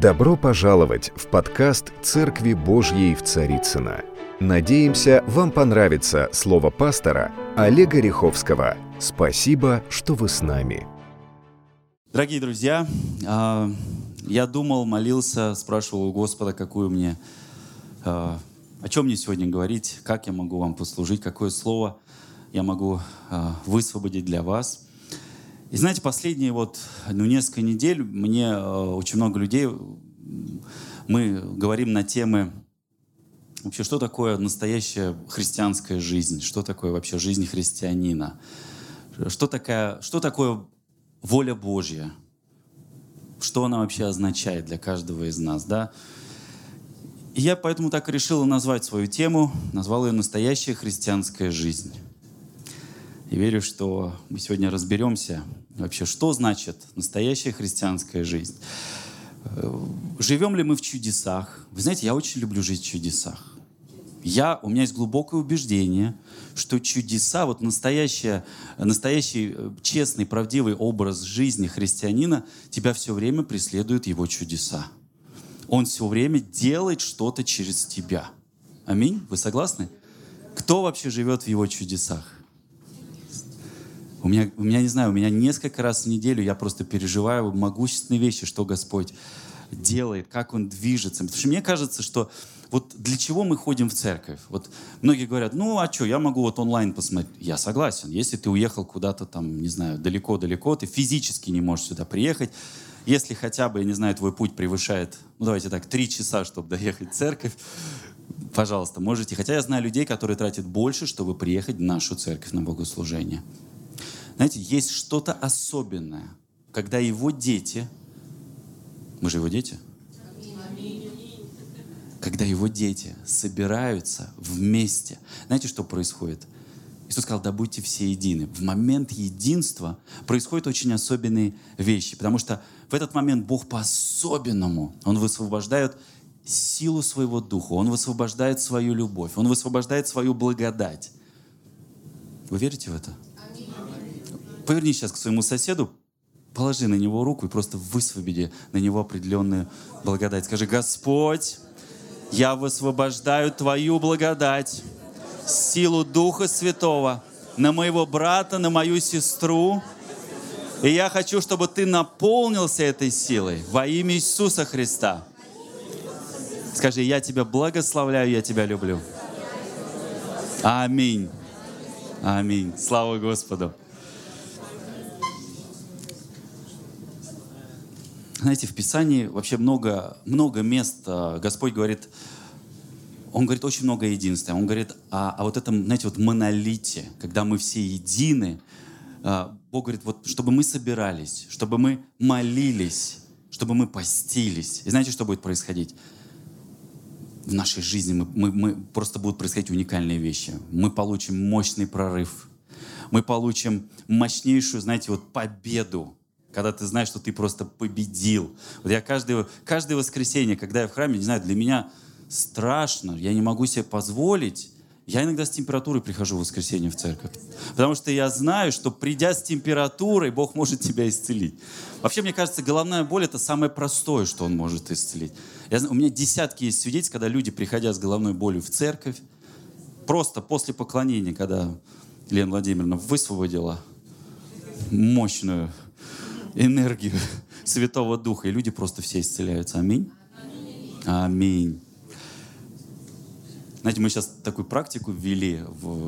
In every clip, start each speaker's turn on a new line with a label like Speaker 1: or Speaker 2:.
Speaker 1: Добро пожаловать в подкаст «Церкви Божьей в Царицыно». Надеемся, вам понравится слово пастора Олега Риховского. Спасибо, что вы с нами.
Speaker 2: Дорогие друзья, я думал, молился, спрашивал у Господа, о чем мне сегодня говорить, как я могу вам послужить, какое слово я могу высвободить для вас. И знаете, последние несколько недель мне очень много людей, мы говорим на темы вообще, что такое настоящая христианская жизнь, что такое вообще жизнь христианина, что такое воля Божья, что она вообще означает для каждого из нас, да? И я поэтому так решил назвать свою тему, назвал ее «Настоящая христианская жизнь». И верю, что мы сегодня разберемся вообще, что значит настоящая христианская жизнь. Живем ли мы в чудесах? Вы знаете, я очень люблю жить в чудесах. У меня есть глубокое убеждение, что чудеса, настоящий, честный, правдивый образ жизни христианина, тебя все время преследуют его чудеса. Он все время делает что-то через тебя. Аминь? Вы согласны? Кто вообще живет в его чудесах? У меня несколько раз в неделю я просто переживаю могущественные вещи, что Господь делает, как Он движется. Потому что мне кажется, что для чего мы ходим в церковь? Многие говорят, я могу онлайн посмотреть. Я согласен. Если ты уехал куда-то далеко-далеко, ты физически не можешь сюда приехать. Если хотя бы, твой путь превышает, 3 часа, чтобы доехать в церковь, пожалуйста, можете. Хотя я знаю людей, которые тратят больше, чтобы приехать в нашу церковь на богослужение. Знаете, есть что-то особенное, когда его дети, мы же его дети, когда его дети собираются вместе. Знаете, что происходит? Иисус сказал, да будьте все едины. В момент единства происходят очень особенные вещи, потому что в этот момент Бог по-особенному, Он высвобождает силу своего Духа, Он высвобождает свою любовь, Он высвобождает свою благодать. Вы верите в это? Поверни сейчас к своему соседу, положи на него руку и просто высвободи на него определенную благодать. Скажи, Господь, я высвобождаю Твою благодать, силу Духа Святого на моего брата, на мою сестру. И я хочу, чтобы Ты наполнился этой силой во имя Иисуса Христа. Скажи, я Тебя благословляю, я Тебя люблю. Аминь. Аминь. Слава Господу. Знаете, в Писании вообще много мест Господь говорит, Он говорит очень много о единстве. Он говорит о этом, монолите, когда мы все едины. Бог говорит, чтобы мы собирались, чтобы мы молились, чтобы мы постились. И знаете, что будет происходить? В нашей жизни мы просто будут происходить уникальные вещи. Мы получим мощный прорыв. Мы получим мощнейшую, победу. Когда ты знаешь, что ты просто победил. Я каждое воскресенье, когда я в храме, для меня страшно, я не могу себе позволить. Я иногда с температурой прихожу в воскресенье в церковь. Потому что я знаю, что придя с температурой, Бог может тебя исцелить. Вообще, мне кажется, головная боль — это самое простое, что Он может исцелить. У меня десятки есть свидетельств, когда люди, приходя с головной болью в церковь, просто после поклонения, когда Лена Владимировна высвободила мощную энергию Святого Духа, и люди просто все исцеляются. Аминь? Аминь. Знаете, мы сейчас такую практику ввели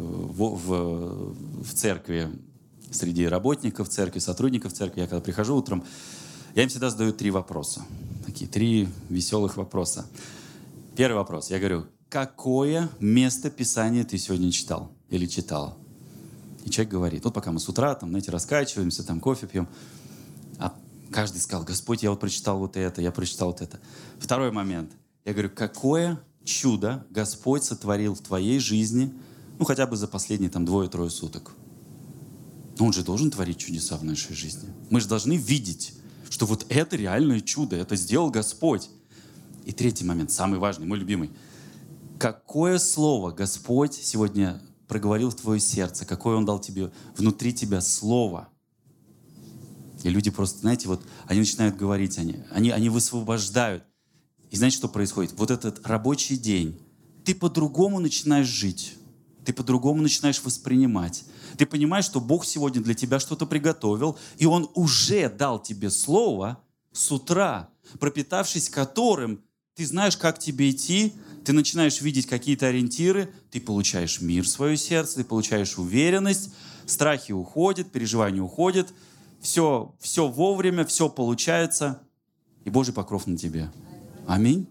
Speaker 2: в церкви, среди работников церкви, сотрудников церкви. Я когда прихожу утром, я им всегда задаю 3 вопроса. Такие 3 веселых вопроса. Первый вопрос. Я говорю, какое место Писания ты сегодня читал или читала? И человек говорит, пока мы с утра, раскачиваемся, кофе пьем, а каждый сказал, Господь, я прочитал это, я прочитал это. Второй момент. Я говорю, какое чудо Господь сотворил в твоей жизни, хотя бы за последние 2-3 суток. Он же должен творить чудеса в нашей жизни. Мы же должны видеть, что это реальное чудо, это сделал Господь. И третий момент, самый важный, мой любимый. Какое слово Господь сегодня проговорил в твое сердце, какое Он дал тебе внутри тебя слово. И люди просто, знаете, вот они начинают говорить, они высвобождают. И знаете, что происходит? Вот этот рабочий день, ты по-другому начинаешь жить, ты по-другому начинаешь воспринимать. Ты понимаешь, что Бог сегодня для тебя что-то приготовил, и Он уже дал тебе слово с утра, пропитавшись которым ты знаешь, как тебе идти, ты начинаешь видеть какие-то ориентиры, ты получаешь мир в свое сердце, ты получаешь уверенность, страхи уходят, переживания уходят, все вовремя, все получается, и Божий покров на тебе. Аминь.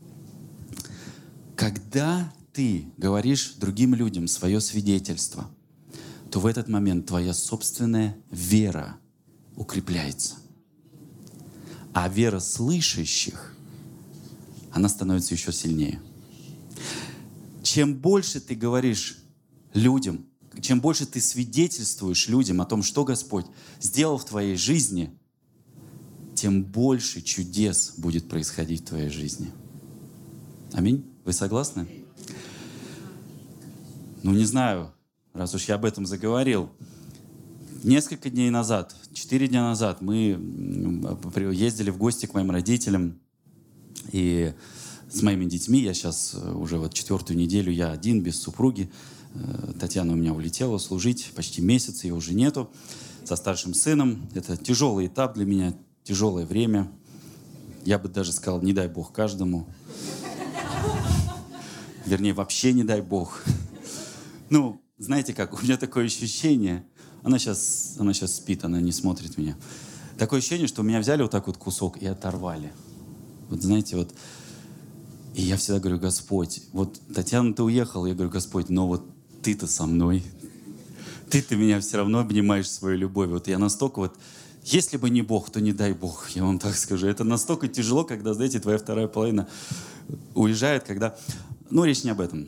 Speaker 2: Когда ты говоришь другим людям свое свидетельство, то в этот момент твоя собственная вера укрепляется. А вера слышащих, она становится еще сильнее. Чем больше ты говоришь людям, чем больше ты свидетельствуешь людям о том, что Господь сделал в твоей жизни, тем больше чудес будет происходить в твоей жизни. Аминь? Вы согласны? Не знаю, раз уж я об этом заговорил. Несколько дней назад, 4 дня назад, мы ездили в гости к моим родителям. И с моими детьми, я сейчас уже 4-ю неделю, я один, без супруги. Татьяна у меня улетела служить почти месяц, ее уже нету. Со старшим сыном. Это тяжелый этап для меня, тяжелое время. Я бы даже сказал, не дай Бог каждому. Вернее, вообще не дай Бог. Знаете как, у меня такое ощущение, она сейчас спит, она не смотрит меня. Такое ощущение, что меня взяли вот так вот кусок и оторвали. Знаете, и я всегда говорю: Господь, Татьяна-то уехала, я говорю: Господь, но ты-то со мной. Ты-то меня все равно обнимаешь своей любовью. Я настолько если бы не Бог, то не дай Бог, я вам так скажу. Это настолько тяжело, когда, знаете, твоя вторая половина уезжает, когда... речь не об этом.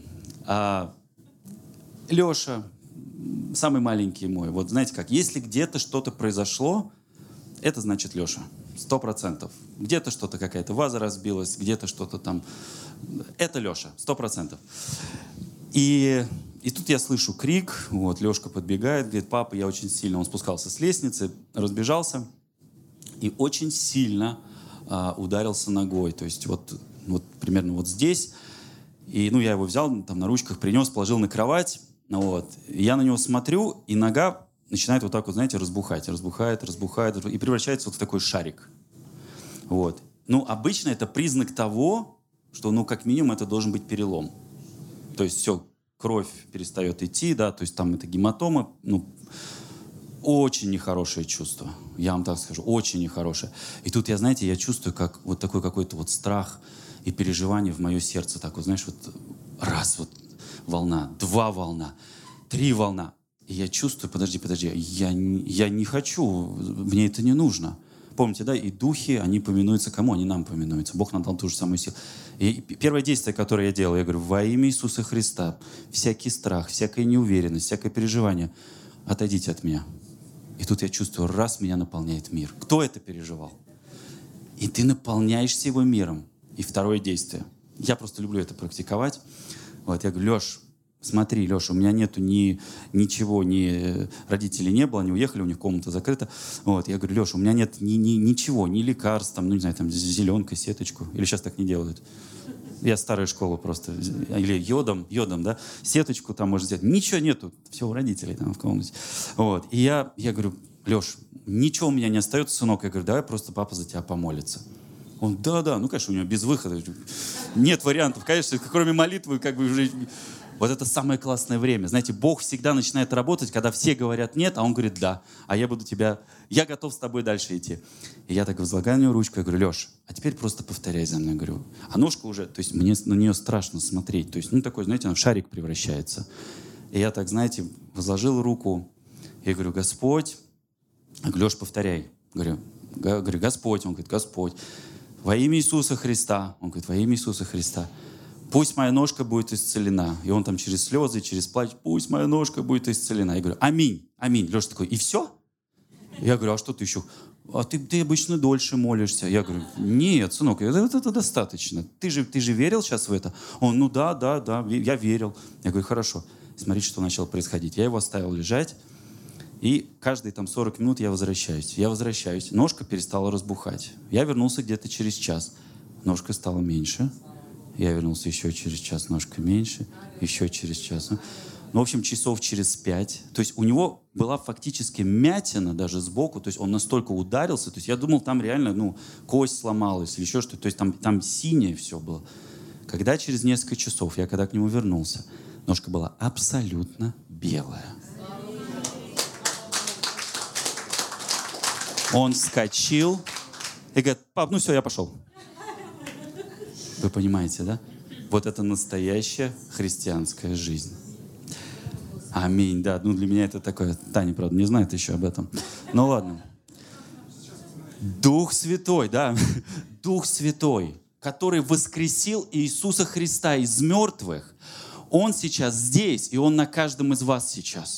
Speaker 2: Леша, самый маленький мой. Знаете как, если где-то что-то произошло, это значит Леша. 100%. Где-то что-то, какая-то ваза разбилась, где-то что-то там. Это Леша, 100%. И тут я слышу крик, Лешка подбегает, говорит: папа, я очень сильно... Он спускался с лестницы, разбежался и очень сильно ударился ногой. То есть примерно здесь. И я его взял, на ручках принес, положил на кровать. Я на него смотрю, и нога начинает знаете, разбухать, и превращается в такой шарик. Обычно это признак того, что, как минимум, это должен быть перелом. То есть все, кровь перестает идти, да, то есть там это гематома, очень нехорошее чувство. Я вам так скажу, очень нехорошее. И тут я чувствую, как такой какой-то страх и переживание в мое сердце. Так знаешь, раз волна, 2 волна, 3 волна. И я чувствую, подожди, я не хочу, мне это не нужно. Помните, да, и духи, они поминуются кому? Они нам поминуются. Бог нам дал ту же самую силу. И первое действие, которое я делал, я говорю: во имя Иисуса Христа, всякий страх, всякая неуверенность, всякое переживание, отойдите от меня. И тут я чувствую, раз меня наполняет мир. Кто это переживал? И ты наполняешься его миром. И второе действие. Я просто люблю это практиковать. Я говорю: Леш, смотри, Леша, у меня нету ничего, ни родителей не было, они уехали, у них комната закрыта. Я говорю: Леша, у меня нет ничего, ни лекарств, зеленка, сеточку. Или сейчас так не делают. Я старая школа просто. Или йодом, да, сеточку там можно взять. Ничего нету, все у родителей там в комнате. И я говорю: Леш, ничего у меня не остается, сынок. Я говорю: давай просто папа за тебя помолится. Он: да, конечно, у него без выхода. Нет вариантов, конечно, кроме молитвы, уже... Это самое классное время. Знаете, Бог всегда начинает работать, когда все говорят нет, а Он говорит да. А я готов с тобой дальше идти. И я так возлагаю на него ручку, я говорю: Леш, а теперь просто повторяй за мной. Говорю, а ножка уже, то есть мне на нее страшно смотреть. То есть, такой, знаете, она в шарик превращается. И я так, знаете, возложил руку, и говорю: Господь. Я говорю: Леш, повторяй. Говорю: Господь. Он говорит: Господь. Во имя Иисуса Христа. Он говорит: во имя Иисуса Христа. Пусть моя ножка будет исцелена. И он там через слезы, через плач: пусть моя ножка будет исцелена. Я говорю: аминь, аминь. Леша такой: и все? Я говорю: а что ты еще? А ты обычно дольше молишься. Я говорю: нет, сынок, это достаточно. Ты же верил сейчас в это? Он: да, я верил. Я говорю: хорошо. Смотрите, что начало происходить. Я его оставил лежать. И каждые там 40 минут я возвращаюсь. Ножка перестала разбухать. Я вернулся где-то через час. Ножка стала меньше. Я вернулся еще через час, ножка меньше. Еще через час. Ну, в общем, часов через 5. То есть у него была фактически мятина даже сбоку. То есть он настолько ударился. То есть я думал, там реально, кость сломалась или еще что-то. То есть там синее все было. Когда через несколько часов, когда к нему вернулся, ножка была абсолютно белая. Он вскочил и говорит: пап, все, я пошел. Вы понимаете, да? Вот это настоящая христианская жизнь. Аминь, да. Для меня это такое... Таня, правда, не знает еще об этом. Ну ладно. Дух Святой, да. Дух Святой, который воскресил Иисуса Христа из мертвых, Он сейчас здесь, и Он на каждом из вас сейчас.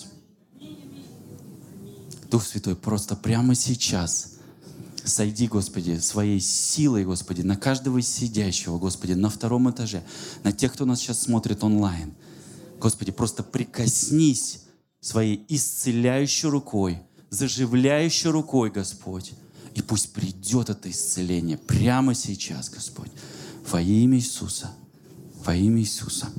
Speaker 2: Дух Святой, просто прямо сейчас сойди, Господи, своей силой, Господи, на каждого из сидящего, Господи, на втором этаже, на тех, кто нас сейчас смотрит онлайн. Господи, просто прикоснись своей исцеляющей рукой, заживляющей рукой, Господь. И пусть придет это исцеление прямо сейчас, Господь. Во имя Иисуса. Во имя Иисуса.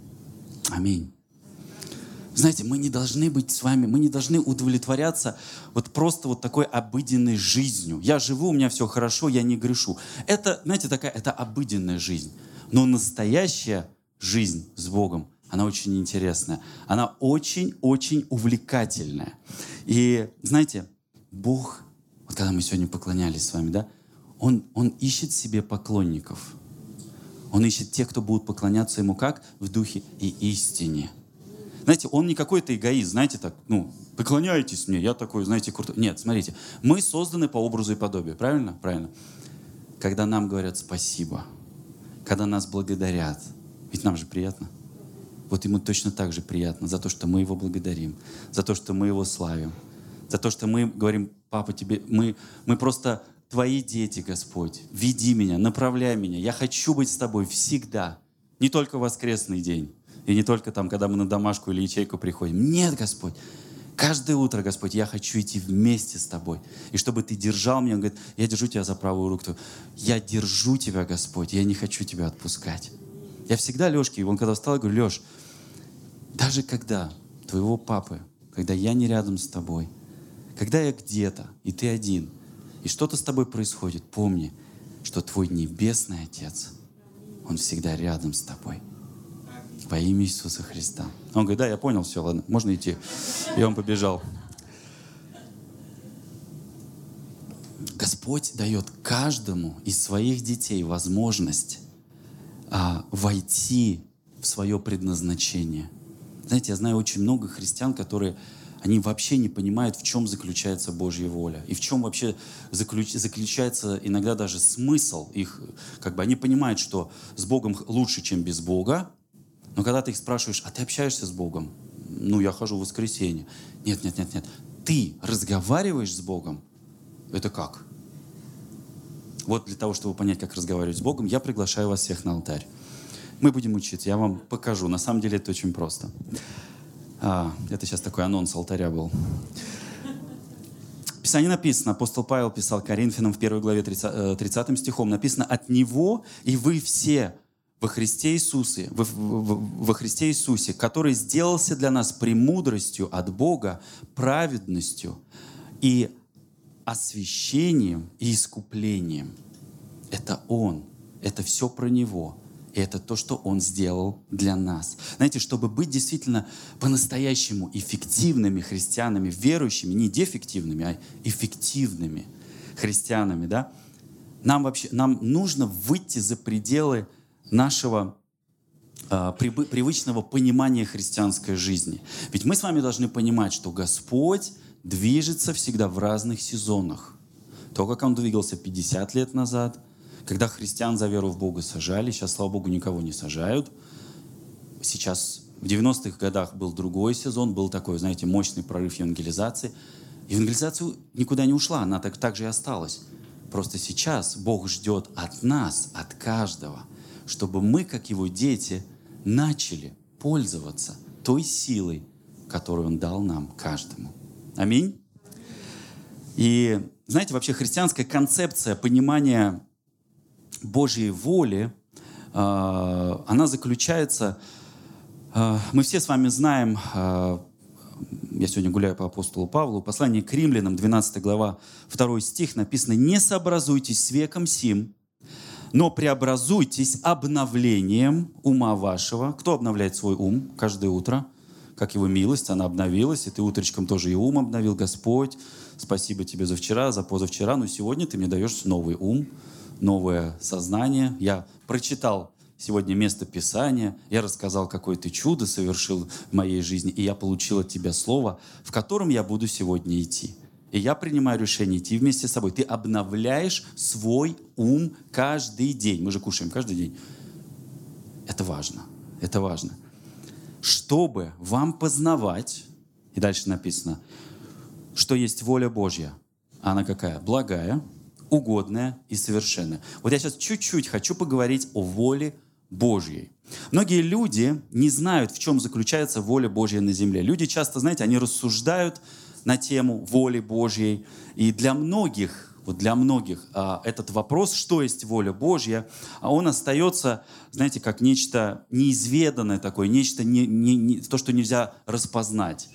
Speaker 2: Аминь. Знаете, мы не должны быть с вами, мы не должны удовлетворяться просто такой обыденной жизнью. Я живу, у меня все хорошо, я не грешу. Это, знаете, это обыденная жизнь. Но настоящая жизнь с Богом, она очень интересная. Она очень-очень увлекательная. И, знаете, Бог, когда мы сегодня поклонялись с вами, да, Он ищет себе поклонников. Он ищет тех, кто будут поклоняться Ему как? В духе и истине. Знаете, Он не какой-то эгоист, знаете, так, поклоняйтесь мне, я такой, знаете, крутой. Нет, смотрите, мы созданы по образу и подобию, правильно? Правильно. Когда нам говорят спасибо, когда нас благодарят, ведь нам же приятно. Вот Ему точно так же приятно за то, что мы Его благодарим, за то, что мы Его славим, за то, что мы говорим: папа, мы просто Твои дети, Господь, веди меня, направляй меня, я хочу быть с Тобой всегда, не только в воскресный день. И не только там, когда мы на домашку или ячейку приходим. Нет, Господь. Каждое утро, Господь, я хочу идти вместе с Тобой. И чтобы Ты держал меня. Он говорит: я держу Тебя за правую руку. Я держу Тебя, Господь. Я не хочу Тебя отпускать. Я всегда Лешке, он когда встал, я говорю: Леш, даже когда твоего папы, когда я не рядом с тобой, когда я где-то, и ты один, и что-то с тобой происходит, помни, что Твой Небесный Отец, Он всегда рядом с тобой. Во имя Иисуса Христа. Он говорит: да, я понял, все, ладно, можно идти. И он побежал. Господь дает каждому из своих детей возможность войти в свое предназначение. Знаете, я знаю очень много христиан, которые они вообще не понимают, в чем заключается Божья воля. И в чем вообще заключается иногда даже смысл их. Они понимают, что с Богом лучше, чем без Бога. Но когда ты их спрашиваешь: а ты общаешься с Богом? Я хожу в воскресенье. Нет. Ты разговариваешь с Богом? Это как? Вот для того, чтобы понять, как разговаривать с Богом, я приглашаю вас всех на алтарь. Мы будем учиться, я вам покажу. На самом деле это очень просто. Это сейчас такой анонс алтаря был. В Писании написано, апостол Павел писал Коринфянам в 1 главе 30 стихом, написано: «От Него и вы все во Христе Иисусе, который сделался для нас премудростью от Бога, праведностью и освящением и искуплением». Это Он, это все про Него. И это то, что Он сделал для нас. Знаете, чтобы быть действительно по-настоящему эффективными христианами, верующими, не дефективными, а эффективными христианами, да, нам нужно выйти за пределы нашего привычного понимания христианской жизни. Ведь мы с вами должны понимать, что Господь движется всегда в разных сезонах. То, как Он двигался 50 лет назад, когда христиан за веру в Бога сажали, сейчас, слава Богу, никого не сажают. Сейчас, в 90-х годах был другой сезон, был такой, знаете, мощный прорыв евангелизации. Евангелизация никуда не ушла, она так же и осталась. Просто сейчас Бог ждет от нас, от каждого, чтобы мы, как Его дети, начали пользоваться той силой, которую Он дал нам, каждому. Аминь. И знаете, вообще христианская концепция понимания Божьей воли, она заключается... Мы все с вами знаем, я сегодня гуляю по апостолу Павлу, послание к римлянам, 12 глава, 2 стих, написано: «Не сообразуйтесь с веком сим, но преобразуйтесь обновлением ума вашего». Кто обновляет свой ум каждое утро? Как его милость, она обновилась, и ты утречком тоже и ум обновил. Господь, спасибо тебе за вчера, за позавчера, но сегодня ты мне даешь новый ум, новое сознание. Я прочитал сегодня место Писания, я рассказал, какое ты чудо совершил в моей жизни, и я получил от тебя слово, в котором я буду сегодня идти. И я принимаю решение идти вместе с собой. Ты обновляешь свой ум каждый день. Мы же кушаем каждый день. Это важно. Это важно. Чтобы вам познавать, и дальше написано, что есть воля Божья. Она какая? Благая, угодная и совершенная. Вот я сейчас чуть-чуть хочу поговорить о воле Божьей. Многие люди не знают, в чем заключается воля Божья на земле. Люди часто, знаете, они рассуждают на тему воли Божьей. И для многих этот вопрос, что есть воля Божья, он остается, знаете, как нечто неизведанное такое, нечто то, что нельзя распознать.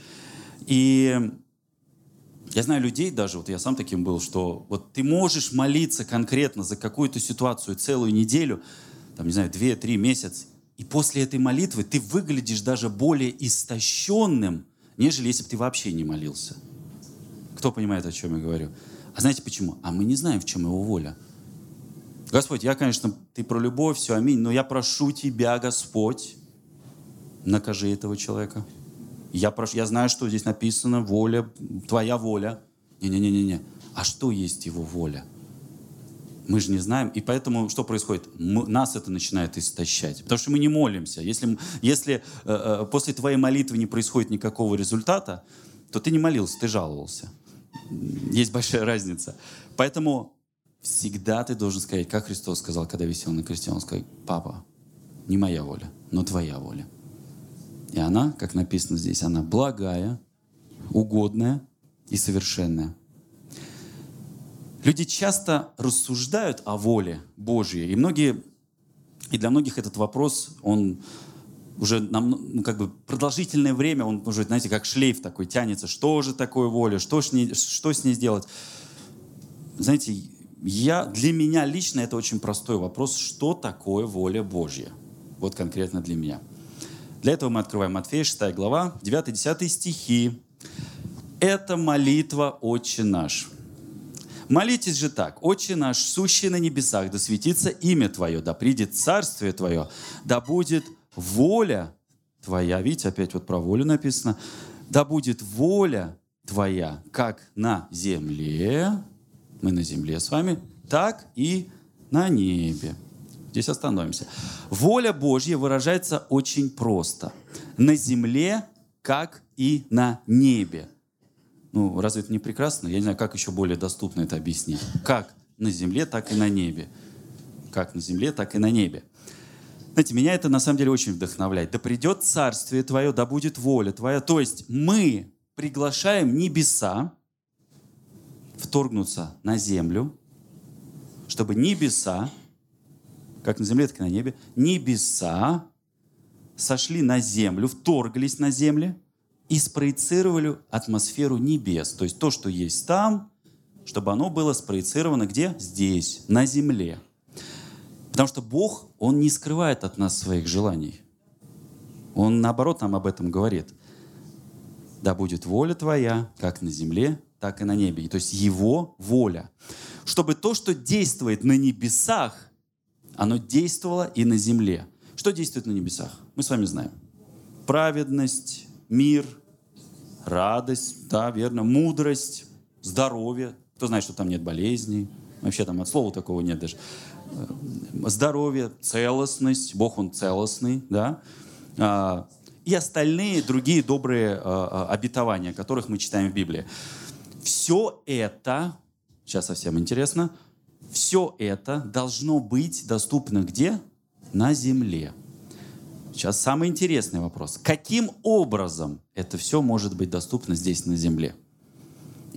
Speaker 2: И я знаю людей даже, вот я сам таким был, что вот ты можешь молиться конкретно за какую-то ситуацию целую неделю, там, не знаю, 2-3 месяца, и после этой молитвы ты выглядишь даже более истощенным, нежели если бы ты вообще не молился. Кто понимает, о чем я говорю? А знаете почему? А мы не знаем, в чем его воля. Господь, конечно, ты про любовь, все, аминь, но я прошу тебя, Господь, накажи этого человека. Я знаю, что здесь написано, воля, твоя воля. Не-не-не-не. А что есть его воля? Мы же не знаем. И поэтому что происходит? Нас это начинает истощать. Потому что мы не молимся. Если после твоей молитвы не происходит никакого результата, то ты не молился, ты жаловался. Есть большая разница. Поэтому всегда ты должен сказать, как Христос сказал, когда висел на кресте, Он сказал: «Папа, не моя воля, но твоя воля». И она, как написано здесь, она благая, угодная и совершенная. Люди часто рассуждают о воле Божьей. И для многих этот вопрос, он уже продолжительное время, он уже, знаете, как шлейф такой тянется. Что же такое воля? Что с ней сделать? Знаете, для меня лично это очень простой вопрос. Что такое воля Божья? Вот конкретно для меня. Для этого мы открываем Матфея, 6 глава, 9-10 стихи. Это молитва «Отче наш». «Молитесь же так: Отче наш, сущий на небесах, да светится имя Твое, да придет царствие Твое, да будет воля Твоя». Видите, опять вот про волю написано. «Да будет воля Твоя, как на земле», мы на земле с вами, «так и на небе». Здесь остановимся. Воля Божья выражается очень просто. На земле, как и на небе. Ну, разве это не прекрасно? Я не знаю, как еще более доступно это объяснить. Как на земле, так и на небе. Как на земле, так и на небе. Знаете, меня это на самом деле очень вдохновляет. «Да придет царствие Твое, да будет воля Твоя». То есть мы приглашаем небеса вторгнуться на землю, чтобы небеса, как на земле, так и на небе, небеса сошли на землю, вторглись на землю и спроецировали атмосферу небес. То есть то, что есть там, чтобы оно было спроецировано где? Здесь, на земле. Потому что Бог, Он не скрывает от нас своих желаний. Он, наоборот, нам об этом говорит. «Да будет воля Твоя, как на земле, так и на небе». То есть Его воля. Чтобы то, что действует на небесах, оно действовало и на земле. Что действует на небесах? Мы с вами знаем. Праведность, мир, радость, да, верно, мудрость, здоровье. Кто знает, что там нет болезней? Вообще там от слова такого нет даже. Здоровье, целостность. Бог, Он целостный, да. И остальные другие добрые обетования, о которых мы читаем в Библии. Все это, сейчас совсем интересно, все это должно быть доступно где? На земле. Сейчас самый интересный вопрос. Каким образом это все может быть доступно здесь, на земле?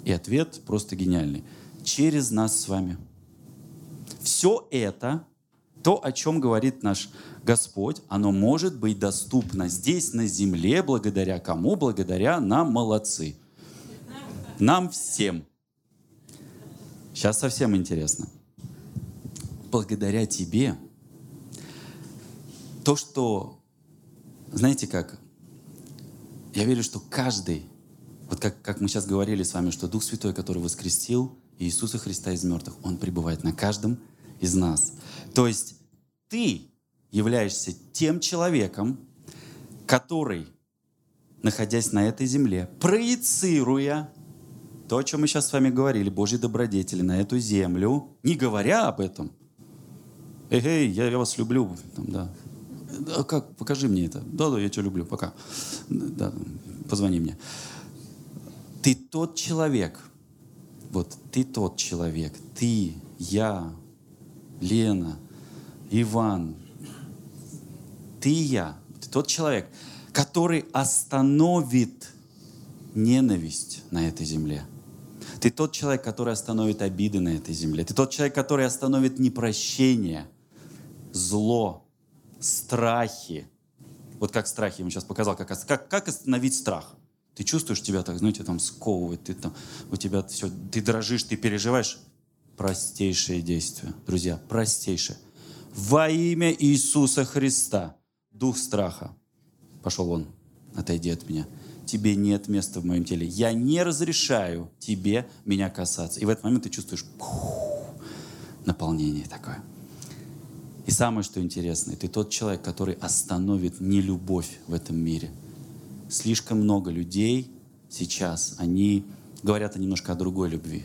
Speaker 2: И ответ просто гениальный. Через нас с вами. Все это, то, о чем говорит наш Господь, оно может быть доступно здесь, на земле, благодаря кому? Благодаря нам, молодцы. Нам всем. Сейчас совсем интересно. Благодаря тебе. То, что, знаете как, я верю, что каждый, вот как мы сейчас говорили с вами, что Дух Святой, который воскресил Иисуса Христа из мертвых, Он пребывает на каждом из нас. То есть ты являешься тем человеком, который, находясь на этой земле, проецируя то, о чем мы сейчас с вами говорили, Божьи добродетели на эту землю, не говоря об этом. Эй, я вас люблю. Там, да. Да, как? Покажи мне это. Да, я тебя люблю. Пока. Да, позвони мне. Ты тот человек. Вот ты тот человек. Ты, я, Лена, Иван. Ты и я. Ты тот человек, который остановит ненависть на этой земле. Ты тот человек, который остановит обиды на этой земле. Ты тот человек, который остановит непрощение, зло, страхи. Вот как страхи, я вам сейчас показал, как остановить страх. Ты чувствуешь, тебя так, знаете, там сковывает, у тебя все, ты дрожишь, ты переживаешь. Простейшее действие, друзья, простейшее. Во имя Иисуса Христа, дух страха, пошел вон, отойди от меня. Тебе нет места в моем теле. Я не разрешаю тебе меня касаться. И в этот момент ты чувствуешь наполнение такое. И самое, что интересно, ты тот человек, который остановит нелюбовь в этом мире. Слишком много людей сейчас, они говорят немножко о другой любви.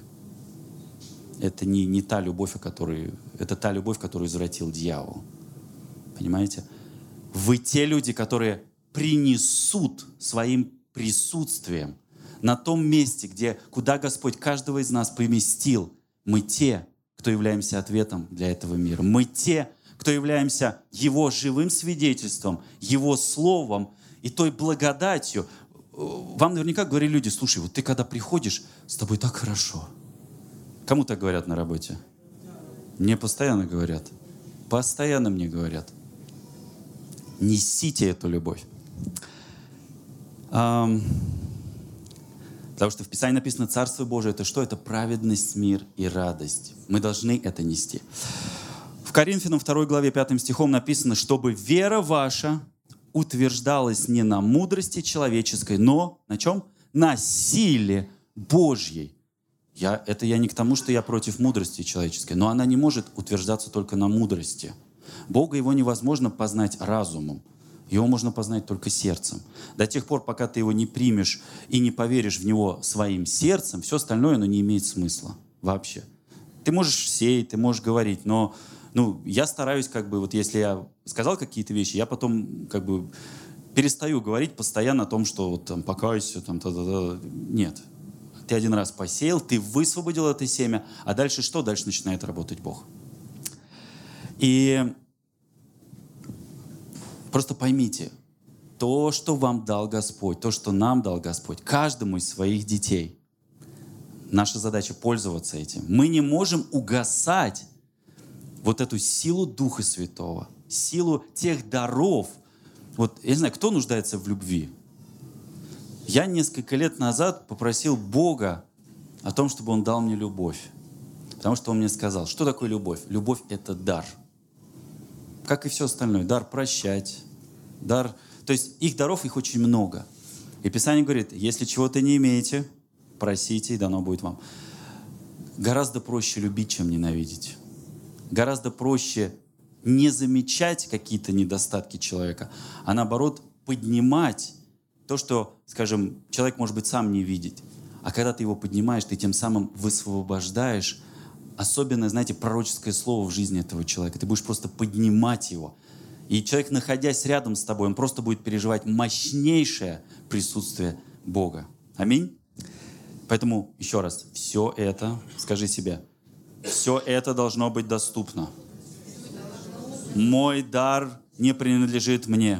Speaker 2: Это не та любовь, это та любовь, которую извратил дьявол. Понимаете? Вы те люди, которые принесут своим присутствием на том месте, куда Господь каждого из нас поместил. Мы те, кто являемся ответом для этого мира. Мы те, кто являемся Его живым свидетельством, Его словом и той благодатью. Вам наверняка говорили люди: слушай, вот ты когда приходишь, с тобой так хорошо. Кому так говорят на работе? Мне постоянно говорят. Постоянно мне говорят. Несите эту любовь. Потому что в Писании написано: Царство Божие — это что? Это праведность, мир и радость. Мы должны это нести. В Коринфянам 2 главе 5 стихом написано: чтобы вера ваша утверждалась не на мудрости человеческой, но на чем? На силе Божьей. Это я не к тому, что я против мудрости человеческой, но она не может утверждаться только на мудрости. Бога его невозможно познать разумом. Его можно познать только сердцем. До тех пор, пока ты его не примешь и не поверишь в него своим сердцем, все остальное, оно не имеет смысла вообще. Ты можешь сеять, ты можешь говорить, но я стараюсь, вот если я сказал какие-то вещи, я потом перестаю говорить постоянно о том, что вот, там, покайся, там, та-та-та. Нет. Ты один раз посеял, ты высвободил это семя, а дальше что? Дальше начинает работать Бог. И просто поймите, то, что вам дал Господь, то, что нам дал Господь, каждому из своих детей, наша задача пользоваться этим. Мы не можем угасать вот эту силу Духа Святого, силу тех даров. Вот, я не знаю, кто нуждается в любви? Я несколько лет назад попросил Бога о том, чтобы Он дал мне любовь. Потому что Он мне сказал, что такое любовь? Любовь — это дар. Как и все остальное. Дар прощать. То есть даров их очень много. И Писание говорит: если чего-то не имеете, просите, и дано будет вам. Гораздо проще любить, чем ненавидеть. Гораздо проще не замечать какие-то недостатки человека, а наоборот поднимать то, что, скажем, человек, может быть, сам не видит. А когда ты его поднимаешь, ты тем самым высвобождаешь особенное, знаете, пророческое слово в жизни этого человека. Ты будешь просто поднимать его. И человек, находясь рядом с тобой, он просто будет переживать мощнейшее присутствие Бога. Аминь? Поэтому, еще раз, все это, скажи себе, все это должно быть доступно. Мой дар не принадлежит мне.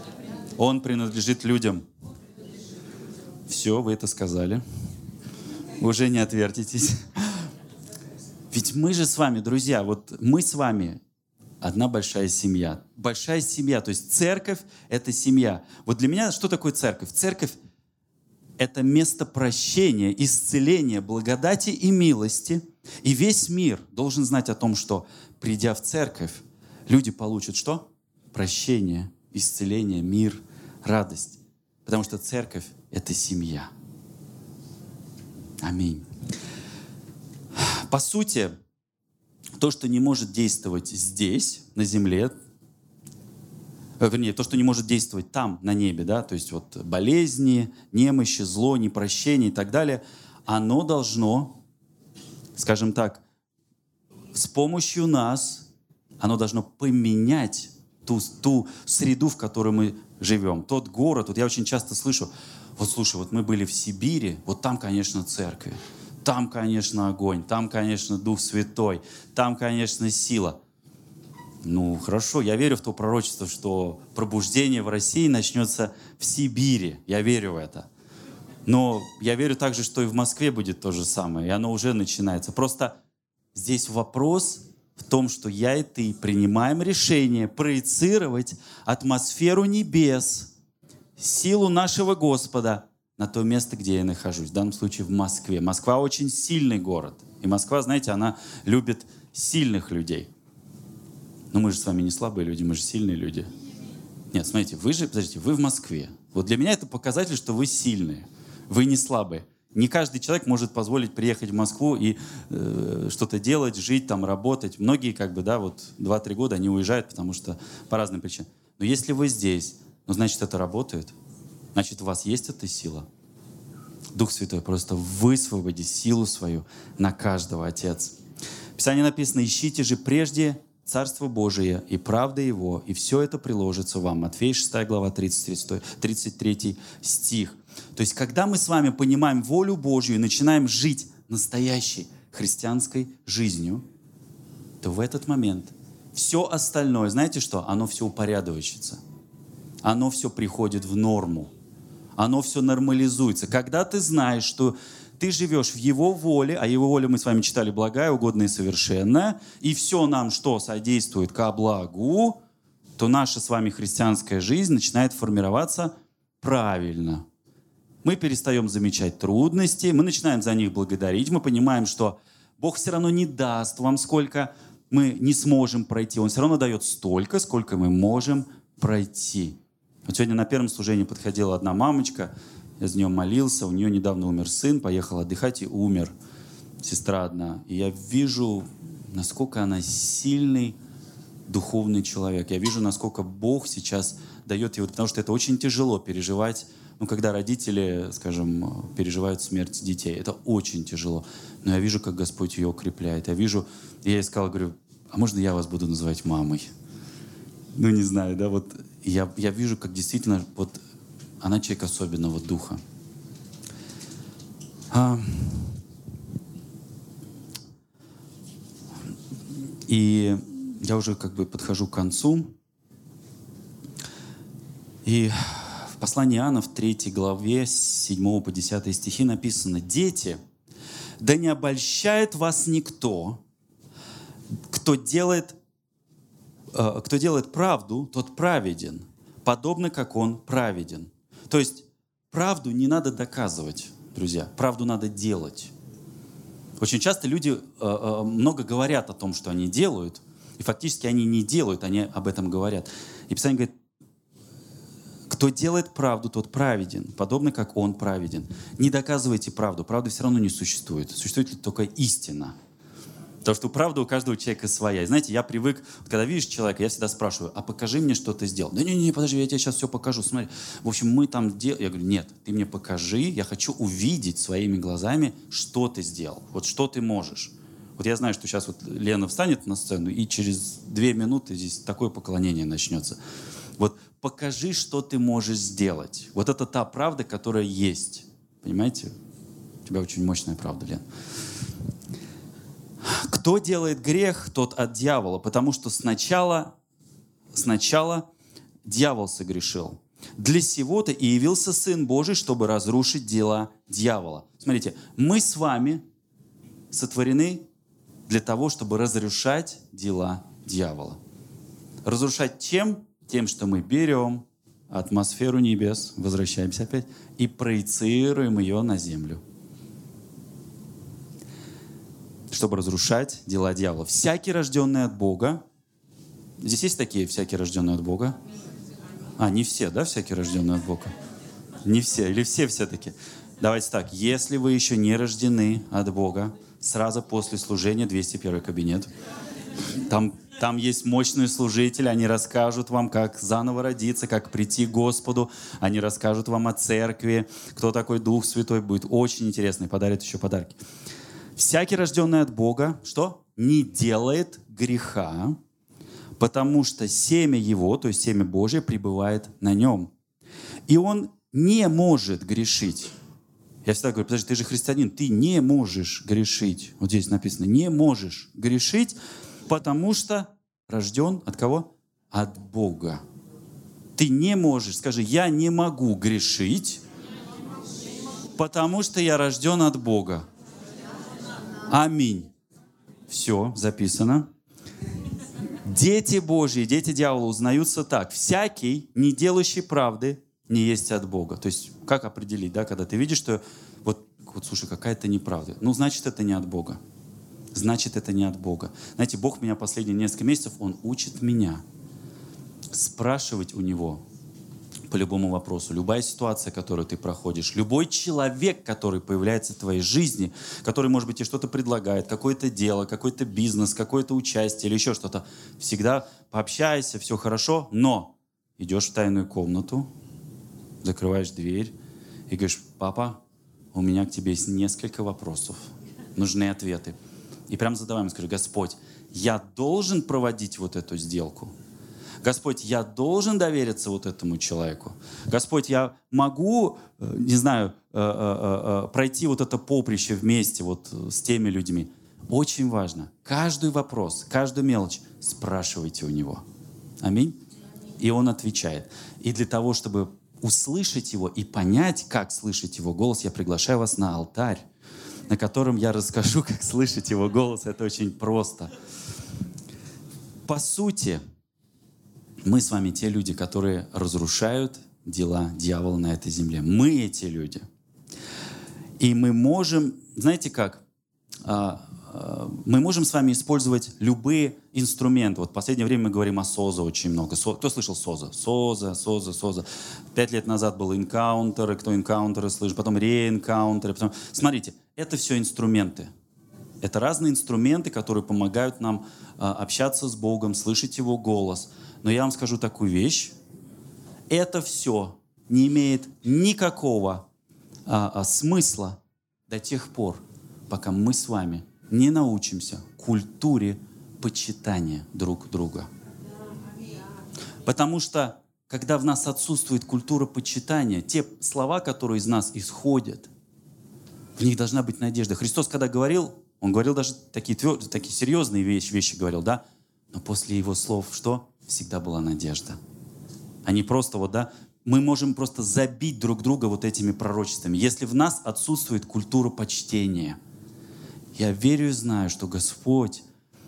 Speaker 2: Он принадлежит людям. Все, вы это сказали. Уже не отвертитесь. Ведь мы же с вами, друзья, вот мы с вами одна большая семья. Большая семья, то есть церковь — это семья. Вот для меня что такое церковь? Церковь — это место прощения, исцеления, благодати и милости. И весь мир должен знать о том, что, придя в церковь, люди получат что? Прощение, исцеление, мир, радость. Потому что церковь — это семья. Аминь. По сути, то, что не может действовать здесь, на земле, вернее, то, что не может действовать там, на небе, да, то есть вот болезни, немощи, зло, непрощение и так далее, оно должно, скажем так, с помощью нас, оно должно поменять ту среду, в которой мы живем, тот город. Вот я очень часто слышу, вот слушай, вот мы были в Сибири, вот там, конечно, церковь, там, конечно, огонь, там, конечно, Дух Святой, там, конечно, сила. Ну, хорошо, я верю в то пророчество, что пробуждение в России начнется в Сибири. Я верю в это. Но я верю также, что и в Москве будет то же самое, и оно уже начинается. Просто здесь вопрос в том, что я и ты принимаем решение проецировать атмосферу небес, силу нашего Господа на то место, где я нахожусь. В данном случае в Москве. Москва очень сильный город. И Москва, знаете, она любит сильных людей. Но мы же с вами не слабые люди, мы же сильные люди. Нет, смотрите, вы в Москве. Вот для меня это показатель, что вы сильные. Вы не слабые. Не каждый человек может позволить приехать в Москву и что-то делать, жить там, работать. Многие, 2-3 года они уезжают, потому что по разным причинам. Но если вы здесь, значит, это работает. Значит, у вас есть эта сила. Дух Святой просто высвободи силу свою на каждого, Отец. В Писании написано: «Ищите же прежде Царство Божие и правда Его, и все это приложится вам». Матфея 6 глава, 33 стих. То есть, когда мы с вами понимаем волю Божью и начинаем жить настоящей христианской жизнью, то в этот момент все остальное, знаете что? Оно все упорядочится. Оно все приходит в норму. Оно все нормализуется. Когда ты знаешь, что ты живешь в Его воле, а Его воля, мы с вами читали, благая, угодная и совершенная, и все нам, что содействует ко благу, то наша с вами христианская жизнь начинает формироваться правильно. Мы перестаем замечать трудности, мы начинаем за них благодарить, мы понимаем, что Бог все равно не даст вам, сколько мы не сможем пройти. Он все равно дает столько, сколько мы можем пройти. Вот сегодня на первом служении подходила одна мамочка, я за нее молился, у нее недавно умер сын, поехал отдыхать и умер. Сестра одна. И я вижу, насколько она сильный духовный человек. Я вижу, насколько Бог сейчас дает ей, потому что это очень тяжело переживать, когда родители, скажем, переживают смерть детей. Это очень тяжело. Но я вижу, как Господь ее укрепляет. Я ей сказал, говорю, а можно я вас буду называть мамой? Не знаю, да, вот я вижу, как действительно, вот она человек особенного духа. И я уже подхожу к концу. И в послании Иоанна в 3 главе с 7 по 10 стихи написано: «Дети, да не обольщает вас никто, кто делает правду, тот праведен, подобно как он праведен». То есть правду не надо доказывать, друзья, правду надо делать. Очень часто люди много говорят о том, что они делают, и фактически они не делают, они об этом говорят. И Писание говорит: кто делает правду, тот праведен, подобно как он праведен. Не доказывайте правду, правды все равно не существует. Существует только истина. Потому что правда у каждого человека своя. И знаете, я привык, когда видишь человека, я всегда спрашиваю: а покажи мне, что ты сделал. Да не, подожди, я тебе сейчас все покажу. Смотри. В общем, мы там делаем. Я говорю: нет, ты мне покажи, я хочу увидеть своими глазами, что ты сделал. Вот что ты можешь. Вот я знаю, что сейчас вот Лена встанет на сцену, и через 2 минуты здесь такое поклонение начнется. Вот покажи, что ты можешь сделать. Вот это та правда, которая есть. Понимаете? У тебя очень мощная правда, Лен. Кто делает грех, тот от дьявола, потому что сначала дьявол согрешил. Для сего-то и явился Сын Божий, чтобы разрушить дела дьявола. Смотрите, мы с вами сотворены для того, чтобы разрушать дела дьявола. Разрушать чем? Тем, что мы берем атмосферу небес, возвращаемся опять, и проецируем ее на землю. Чтобы разрушать дела дьявола. Всякий, рожденный от Бога. Здесь есть такие всякие, рожденные от Бога? Не все, да, всякие, рожденные от Бога? Не все, или все все-таки? Давайте так, если вы еще не рождены от Бога, сразу после служения 201 кабинет. Там есть мощные служители, они расскажут вам, как заново родиться, как прийти к Господу. Они расскажут вам о церкви, кто такой Дух Святой. Будет очень интересно и подарят еще подарки. Всякий, рожденный от Бога, что? Не делает греха, потому что семя Его, то есть семя Божие, пребывает на нем. И он не может грешить. Я всегда говорю, подожди, ты же христианин, ты не можешь грешить. Вот здесь написано, не можешь грешить, потому что рожден от кого? От Бога. Ты не можешь, скажи, я не могу грешить, потому что я рожден от Бога. Аминь. Все, записано. Дети Божьи, дети дьявола узнаются так. Всякий, не делающий правды, не есть от Бога. То есть, как определить, да, когда ты видишь, что вот слушай, какая-то неправда. Значит, это не от Бога. Значит, это не от Бога. Знаете, Бог меня последние несколько месяцев, Он учит меня спрашивать у Него по любому вопросу. Любая ситуация, которую ты проходишь, любой человек, который появляется в твоей жизни, который, может быть, тебе что-то предлагает, какое-то дело, какой-то бизнес, какое-то участие или еще что-то, всегда пообщайся, все хорошо, но идешь в тайную комнату, закрываешь дверь и говоришь, папа, у меня к тебе есть несколько вопросов, нужны ответы. И прям задавай ему, скажи, Господь, я должен проводить вот эту сделку? Господь, я должен довериться вот этому человеку? Господь, я могу, не знаю, пройти вот это поприще вместе вот с теми людьми? Очень важно. Каждый вопрос, каждую мелочь спрашивайте у него. Аминь. И он отвечает. И для того, чтобы услышать его и понять, как слышать его голос, я приглашаю вас на алтарь, на котором я расскажу, как слышать его голос. Это очень просто. По сути, мы с вами те люди, которые разрушают дела дьявола на этой земле. Мы эти люди. И мы можем, знаете как, мы можем с вами использовать любые инструменты. Вот в последнее время мы говорим о СОЗа очень много. Кто слышал СОЗа? СОЗа. 5 лет назад был энкаунтеры, кто энкаунтеры слышал, потом реэнкаунтеры. Смотрите, это все инструменты. Это разные инструменты, которые помогают нам общаться с Богом, слышать Его голос. Но я вам скажу такую вещь. Это все не имеет никакого смысла до тех пор, пока мы с вами не научимся культуре почитания друг друга. Потому что, когда в нас отсутствует культура почитания, те слова, которые из нас исходят, в них должна быть надежда. Христос, когда говорил, Он говорил даже такие серьезные вещи говорил, да? Но после Его слов что? Всегда была надежда. А не просто мы можем просто забить друг друга вот этими пророчествами. Если в нас отсутствует культура почтения, я верю и знаю, что Господь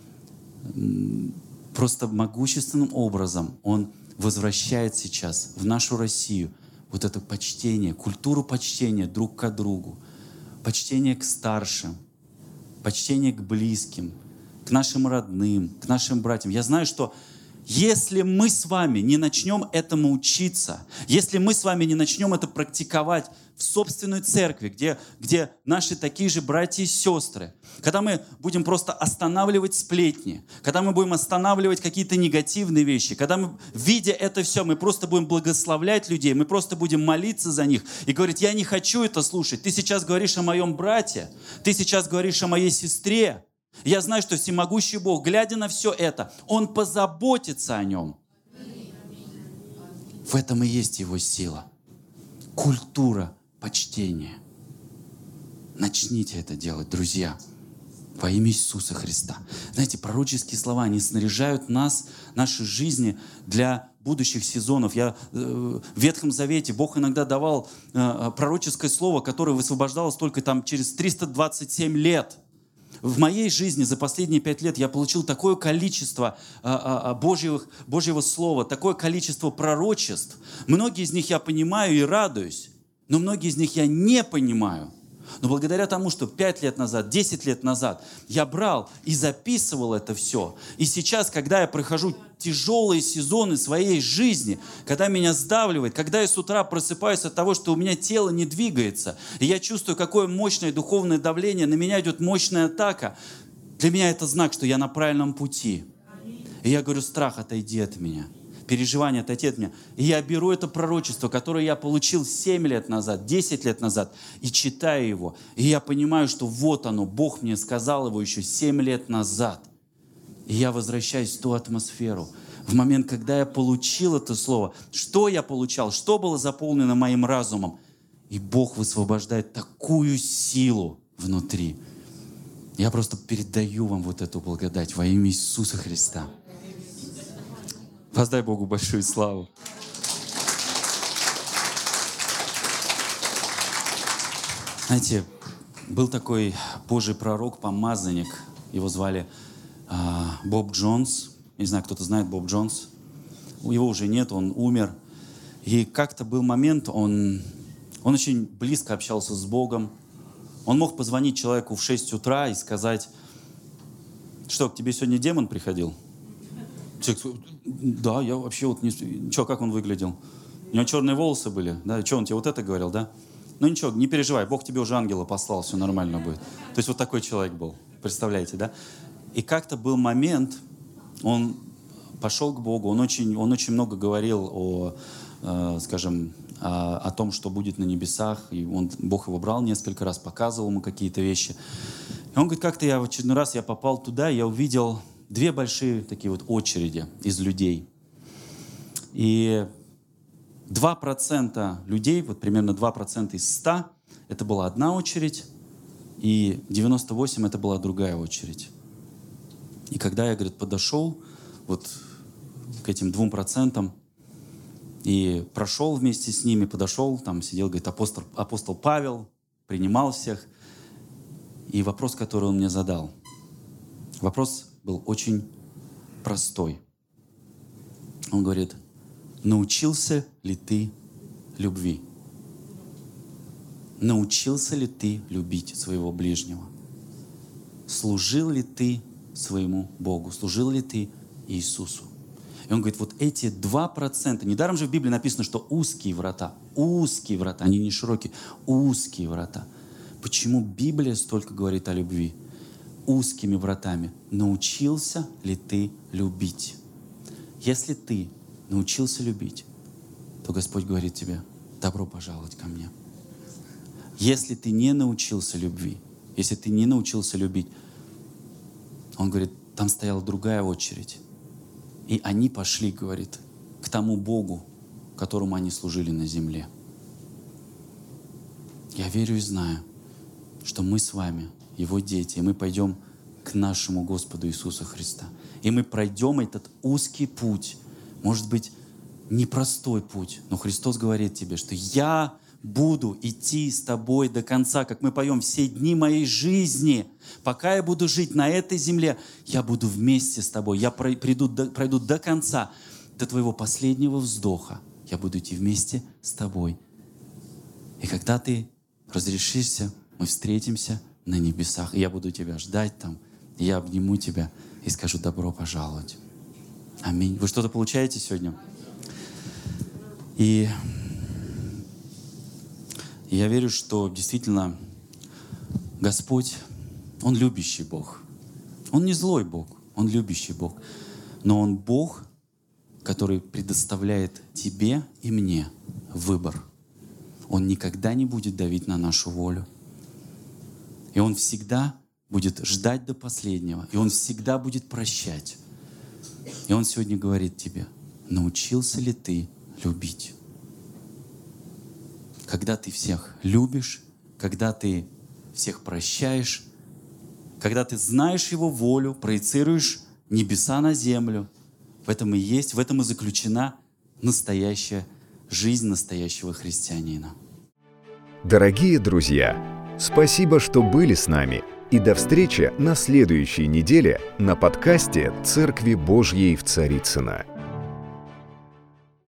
Speaker 2: просто могущественным образом, Он возвращает сейчас в нашу Россию вот это почтение, культуру почтения друг к другу, почтение к старшим, почтение к близким, к нашим родным, к нашим братьям. Я знаю, что если мы с вами не начнем этому учиться, если мы с вами не начнем это практиковать в собственной церкви, где наши такие же братья и сестры, когда мы будем просто останавливать сплетни, когда мы будем останавливать какие-то негативные вещи, когда мы, видя это все, мы просто будем благословлять людей, мы просто будем молиться за них и говорить, я не хочу это слушать, ты сейчас говоришь о моем брате, ты сейчас говоришь о моей сестре. Я знаю, что всемогущий Бог, глядя на все это, Он позаботится о нем. В этом и есть Его сила. Культура почтения. Начните это делать, друзья. Во имя Иисуса Христа. Знаете, пророческие слова, они снаряжают нас, наши жизни для будущих сезонов. В Ветхом Завете Бог иногда давал пророческое слово, которое высвобождалось только там через 327 лет. В моей жизни за последние 5 лет я получил такое количество Божьего Слова, такое количество пророчеств. Многие из них я понимаю и радуюсь, но многие из них я не понимаю. Но благодаря тому, что 5 лет назад, 10 лет назад я брал и записывал это все, и сейчас, когда я прохожу тяжелые сезоны своей жизни, когда меня сдавливает, когда я с утра просыпаюсь от того, что у меня тело не двигается, и я чувствую, какое мощное духовное давление, на меня идет мощная атака, для меня это знак, что я на правильном пути. И я говорю: страх, отойди от меня. Переживания отойти от меня. И я беру это пророчество, которое я получил 7 лет назад, 10 лет назад, и читаю его. И я понимаю, что вот оно, Бог мне сказал его еще 7 лет назад. И я возвращаюсь в ту атмосферу. В момент, когда я получил это слово, что я получал, что было заполнено моим разумом. И Бог высвобождает такую силу внутри. Я просто передаю вам вот эту благодать во имя Иисуса Христа. Воздай Богу большую славу. Знаете, был такой Божий пророк, помазанник. Его звали Боб Джонс. Не знаю, кто-то знает Боб Джонс. Его уже нет, он умер. И как-то был момент, он очень близко общался с Богом. Он мог позвонить человеку в 6 утра и сказать: что, к тебе сегодня демон приходил? Человек: да, я вообще вот не... Что, как он выглядел? У него черные волосы были, да? Что, он тебе вот это говорил, да? Ну ничего, не переживай, Бог тебе уже ангела послал, все нормально будет. То есть вот такой человек был, представляете, да? И как-то был момент, он пошел к Богу, он очень много говорил о том, что будет на небесах, и Бог его брал несколько раз, показывал ему какие-то вещи. И он говорит: как-то в очередной раз я попал туда, я увидел 2 большие такие вот очереди из людей. И 2% людей, вот примерно 2% из 100, это была одна очередь, и 98% это была другая очередь. И когда я, говорит, подошел вот к этим 2% и прошел вместе с ними, подошел, там сидел, говорит, апостол Павел, принимал всех. И вопрос, который он мне задал, вопрос был очень простой. Он говорит: научился ли ты любви? Научился ли ты любить своего ближнего? Служил ли ты своему Богу? Служил ли ты Иисусу? И он говорит, вот эти 2%, недаром же в Библии написано, что узкие врата, они не широкие, узкие врата. Почему Библия столько говорит о любви? Узкими вратами. Научился ли ты любить? Если ты научился любить, то Господь говорит тебе: добро пожаловать ко мне. Если ты не научился любви, если ты не научился любить, Он говорит, там стояла другая очередь. И они пошли, говорит, к тому Богу, которому они служили на земле. Я верю и знаю, что мы с вами, Его дети, и мы пойдем к нашему Господу Иисусу Христа. И мы пройдем этот узкий путь, может быть, непростой путь, но Христос говорит тебе, что я буду идти с тобой до конца, как мы поем, все дни моей жизни. Пока я буду жить на этой земле, я буду вместе с тобой. Я пройду до конца, до твоего последнего вздоха. Я буду идти вместе с тобой. И когда ты разрешишься, мы встретимся на небесах. И я буду тебя ждать там. И я обниму тебя и скажу: добро пожаловать. Аминь. Вы что-то получаете сегодня? И я верю, что действительно Господь, Он любящий Бог. Он не злой Бог, Он любящий Бог. Но Он Бог, который предоставляет тебе и мне выбор. Он никогда не будет давить на нашу волю. И Он всегда будет ждать до последнего. И Он всегда будет прощать. И Он сегодня говорит тебе: научился ли ты любить? Когда ты всех любишь, когда ты всех прощаешь, когда ты знаешь Его волю, проецируешь небеса на землю. В этом и заключена настоящая жизнь настоящего христианина.
Speaker 1: Дорогие друзья, спасибо, что были с нами. И до встречи на следующей неделе на подкасте «Церкви Божьей в Царицыно».